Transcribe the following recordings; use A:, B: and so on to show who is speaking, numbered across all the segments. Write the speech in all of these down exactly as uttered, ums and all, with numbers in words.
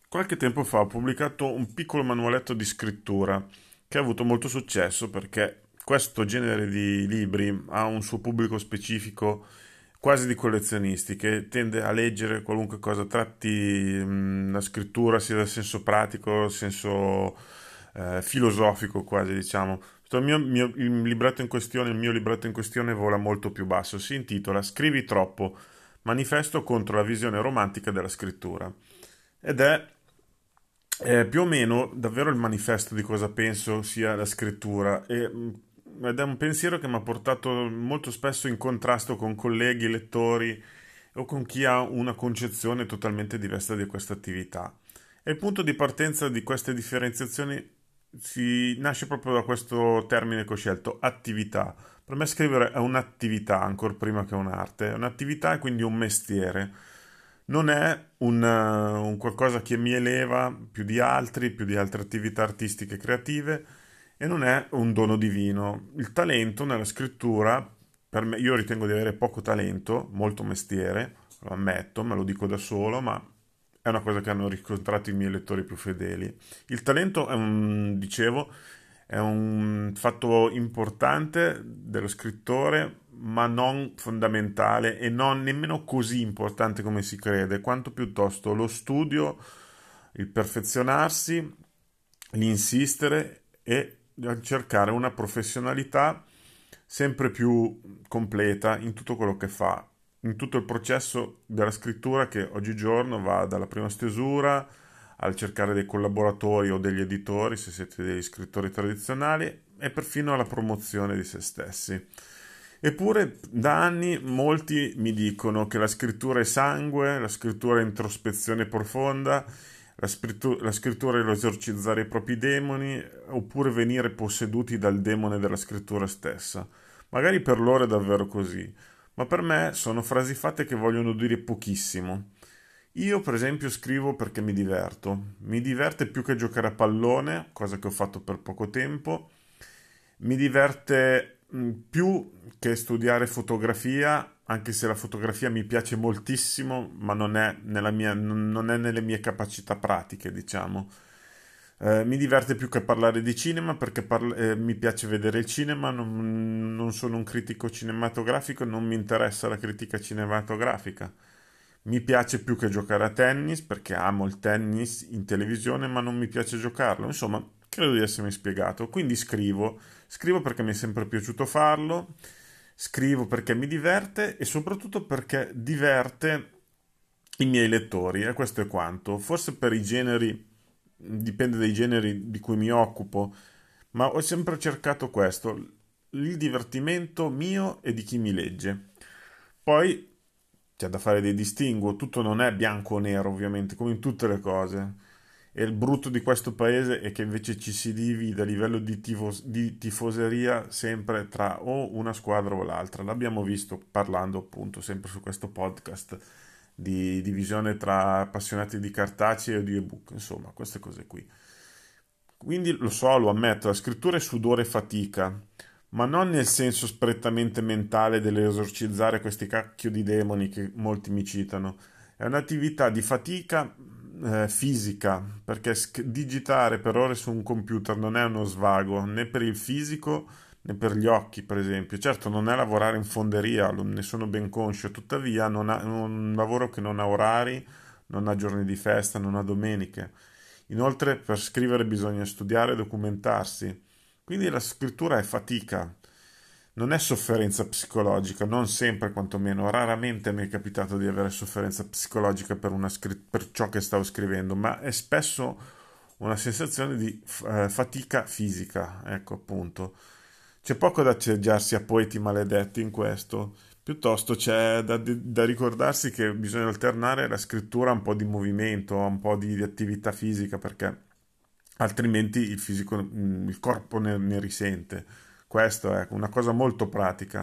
A: Qualche tempo fa ho pubblicato un piccolo manualetto di scrittura che ha avuto molto successo perché questo genere di libri ha un suo pubblico specifico quasi di collezionisti che tende a leggere qualunque cosa tratti mh, la scrittura sia dal senso pratico, senso eh, filosofico quasi diciamo. Il mio, mio- il libretto in questione, il mio libretto in questione vola molto più basso, si intitola Scrivi troppo, manifesto contro la visione romantica della scrittura. Ed è eh, più o meno davvero il manifesto di cosa penso sia la scrittura e, mh, ed è un pensiero che mi ha portato molto spesso in contrasto con colleghi, lettori o con chi ha una concezione totalmente diversa di questa attività. E il punto di partenza di queste differenziazioni si nasce proprio da questo termine che ho scelto, attività. Per me scrivere è un'attività ancora prima che un'arte, è un'attività e quindi un mestiere. Non è un, eh, un qualcosa che mi eleva più di altri, più di altre attività artistiche e creative, e non è un dono divino. Il talento nella scrittura, per me, io ritengo di avere poco talento, molto mestiere, lo ammetto, me lo dico da solo, ma è una cosa che hanno riscontrato i miei lettori più fedeli. Il talento è un, dicevo, è un fatto importante dello scrittore, ma non fondamentale e non nemmeno così importante come si crede, quanto piuttosto lo studio, il perfezionarsi, l'insistere e cercare una professionalità sempre più completa in tutto quello che fa, in tutto il processo della scrittura che oggigiorno va dalla prima stesura al cercare dei collaboratori o degli editori, se siete degli scrittori tradizionali, e perfino alla promozione di se stessi. Eppure da anni molti mi dicono che la scrittura è sangue, la scrittura è introspezione profonda, la, scrittu- la scrittura è lo esorcizzare i propri demoni, oppure venire posseduti dal demone della scrittura stessa. Magari per loro è davvero così, ma per me sono frasi fatte che vogliono dire pochissimo. Io, per esempio, scrivo perché mi diverto. Mi diverte più che giocare a pallone, cosa che ho fatto per poco tempo. Mi diverte mh, più che studiare fotografia, anche se la fotografia mi piace moltissimo, ma non è nella mia- non non è nelle mie capacità pratiche, diciamo. Eh, mi diverte più che parlare di cinema perché parla- eh, mi piace vedere il cinema, non, non sono un critico cinematografico, non mi interessa la critica cinematografica. Mi piace più che giocare a tennis perché amo il tennis in televisione, ma non mi piace giocarlo. Insomma, credo di essermi spiegato. Quindi scrivo, scrivo perché mi è sempre piaciuto farlo, scrivo perché mi diverte e soprattutto perché diverte i miei lettori, e questo è quanto. Forse per i generi, dipende dai generi di cui mi occupo, ma ho sempre cercato questo, il divertimento mio e di chi mi legge. Poi c'è da fare dei distinguo, tutto non è bianco o nero, ovviamente, come in tutte le cose. E il brutto di questo paese è che invece ci si divide a livello di, tifos- di tifoseria sempre tra o una squadra o l'altra. L'abbiamo visto parlando appunto sempre su questo podcast di divisione tra appassionati di cartacei o di ebook, insomma, queste cose qui. Quindi lo so, lo ammetto, la scrittura è sudore e fatica, ma non nel senso prettamente mentale dell'esorcizzare questi cacchio di demoni che molti mi citano. È un'attività di fatica eh, fisica, perché sc- digitare per ore su un computer non è uno svago né per il fisico né per gli occhi, per esempio. Certo, non è lavorare in fonderia, lo- ne sono ben conscio, tuttavia non ha- è un lavoro che non ha orari, non ha giorni di festa, non ha domeniche. Inoltre, per scrivere bisogna studiare e documentarsi. Quindi la scrittura è fatica, non è sofferenza psicologica, non sempre quantomeno. Raramente mi è capitato di avere sofferenza psicologica per, una scri- per ciò che stavo scrivendo, ma è spesso una sensazione di eh, fatica fisica, ecco appunto. C'è poco da acceggiarsi a poeti maledetti in questo, piuttosto c'è da, da ricordarsi che bisogna alternare la scrittura a un po' di movimento, a un po' di, di attività fisica, perché altrimenti il fisico, mm, il corpo ne, ne risente. Questo è una cosa molto pratica.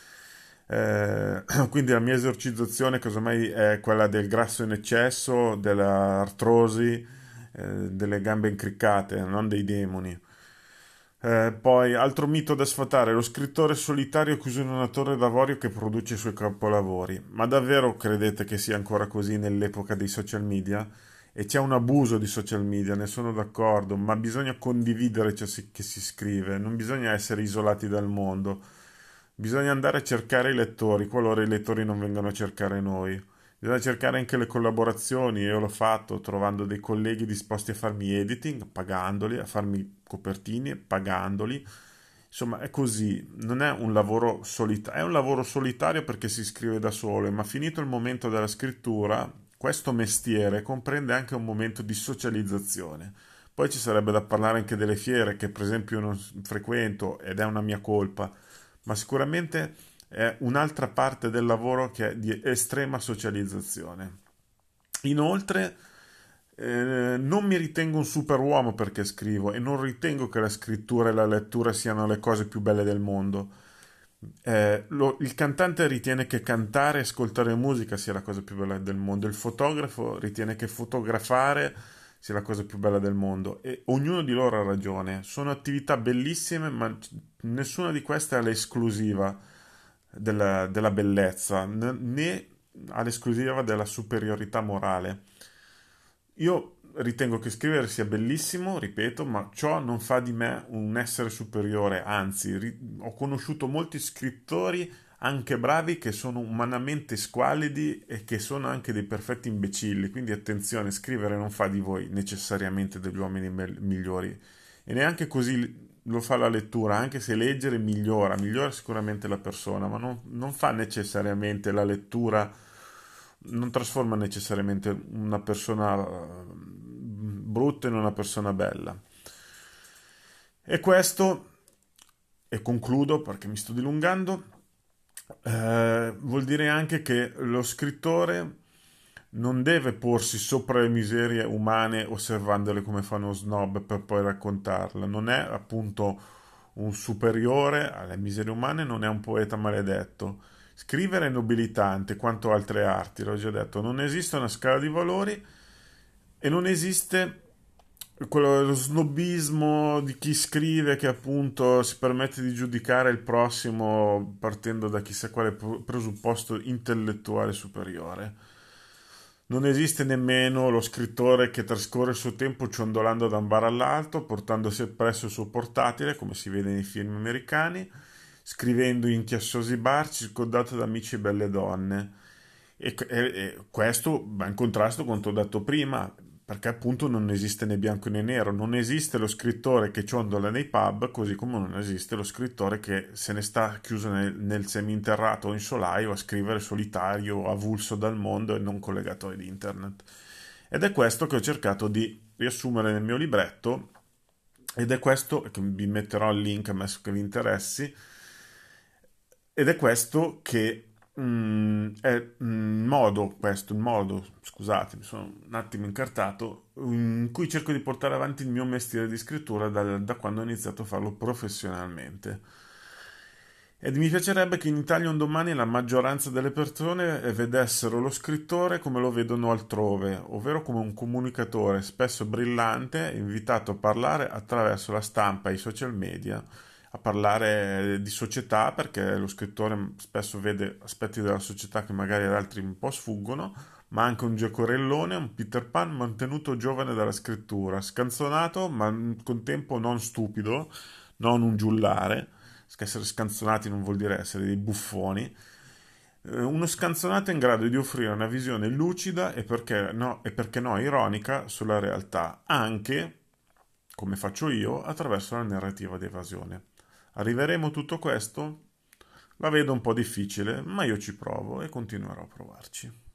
A: Eh, quindi la mia esorcizzazione casomai è quella del grasso in eccesso, dell'artrosi, eh, delle gambe incriccate, non dei demoni. Eh, poi, altro mito da sfatare, lo scrittore solitario chiuso in una torre d'avorio che produce i suoi capolavori. Ma davvero credete che sia ancora così nell'epoca dei social media? e c'è un abuso di social media, ne sono d'accordo, ma bisogna condividere ciò si- che si scrive, non bisogna essere isolati dal mondo, bisogna andare a cercare i lettori, qualora i lettori non vengano a cercare noi. Bisogna cercare anche le collaborazioni, io l'ho fatto trovando dei colleghi disposti a farmi editing, pagandoli, a farmi copertine, pagandoli. Insomma, è così, non è un lavoro solitario, è un lavoro solitario perché si scrive da solo, ma finito il momento della scrittura, questo mestiere comprende anche un momento di socializzazione. Poi ci sarebbe da parlare anche delle fiere che per esempio io non frequento ed è una mia colpa, ma sicuramente è un'altra parte del lavoro che è di estrema socializzazione. Inoltre, eh, non mi ritengo un superuomo perché scrivo e non ritengo che la scrittura e la lettura siano le cose più belle del mondo. Eh, lo- il cantante ritiene che cantare e ascoltare musica sia la cosa più bella del mondo, il fotografo ritiene che fotografare sia la cosa più bella del mondo e ognuno di loro ha ragione. Sono attività bellissime, ma nessuna di queste ha l'esclusiva della, della bellezza, n- né ha l'esclusiva della superiorità morale. Io ritengo che scrivere sia bellissimo, ripeto, ma ciò non fa di me un essere superiore, anzi, ri- ho conosciuto molti scrittori anche bravi che sono umanamente squallidi e che sono anche dei perfetti imbecilli, quindi attenzione, scrivere non fa di voi necessariamente degli uomini me- migliori e neanche così lo fa la lettura, anche se leggere migliora, migliora sicuramente la persona, ma non, non fa necessariamente la lettura, non trasforma necessariamente una persona eh, brutta in una persona bella. E questo, e concludo perché mi sto dilungando, eh, vuol dire anche che lo scrittore non deve porsi sopra le miserie umane osservandole come fa uno snob per poi raccontarle. Non è appunto un superiore alle miserie umane, non è un poeta maledetto. Scrivere è nobilitante quanto altre arti, l'ho già detto, non esiste una scala di valori e non esiste quello, lo snobismo di chi scrive che appunto si permette di giudicare il prossimo partendo da chissà quale presupposto intellettuale superiore. Non esiste nemmeno lo scrittore che trascorre il suo tempo ciondolando da un bar all'altro, portandosi appresso il suo portatile, come si vede nei film americani, scrivendo in chiassosi bar circondato da amici e belle donne. E, e- e questo va in contrasto con quanto ho detto prima, perché appunto non esiste né bianco né nero, non esiste lo scrittore che ciondola nei pub, così come non esiste lo scrittore che se ne sta chiuso nel, nel seminterrato o in solaio a scrivere solitario, avulso dal mondo e non collegato ad internet. Ed è questo che ho cercato di riassumere nel mio libretto ed è questo, che vi metterò il link ammesso che vi interessi, ed è questo che mm, è un modo, questo, un modo, scusate, mi sono un attimo incartato, in cui cerco di portare avanti il mio mestiere di scrittura da, da quando ho iniziato a farlo professionalmente. Ed mi piacerebbe che in Italia un domani la maggioranza delle persone vedessero lo scrittore come lo vedono altrove, ovvero come un comunicatore spesso brillante, invitato a parlare attraverso la stampa e i social media, a parlare di società, perché lo scrittore spesso vede aspetti della società che magari ad altri un po' sfuggono, ma anche un giocorellone, un Peter Pan mantenuto giovane dalla scrittura, scanzonato ma al contempo non stupido, non un giullare, perché essere scanzonati non vuol dire essere dei buffoni. Eh, Uno scanzonato è in grado di offrire una visione lucida e perché no, e perché no ironica sulla realtà, anche, come faccio io, attraverso la narrativa di evasione. Arriveremo a tutto questo? La vedo un po' difficile, ma io ci provo e continuerò a provarci.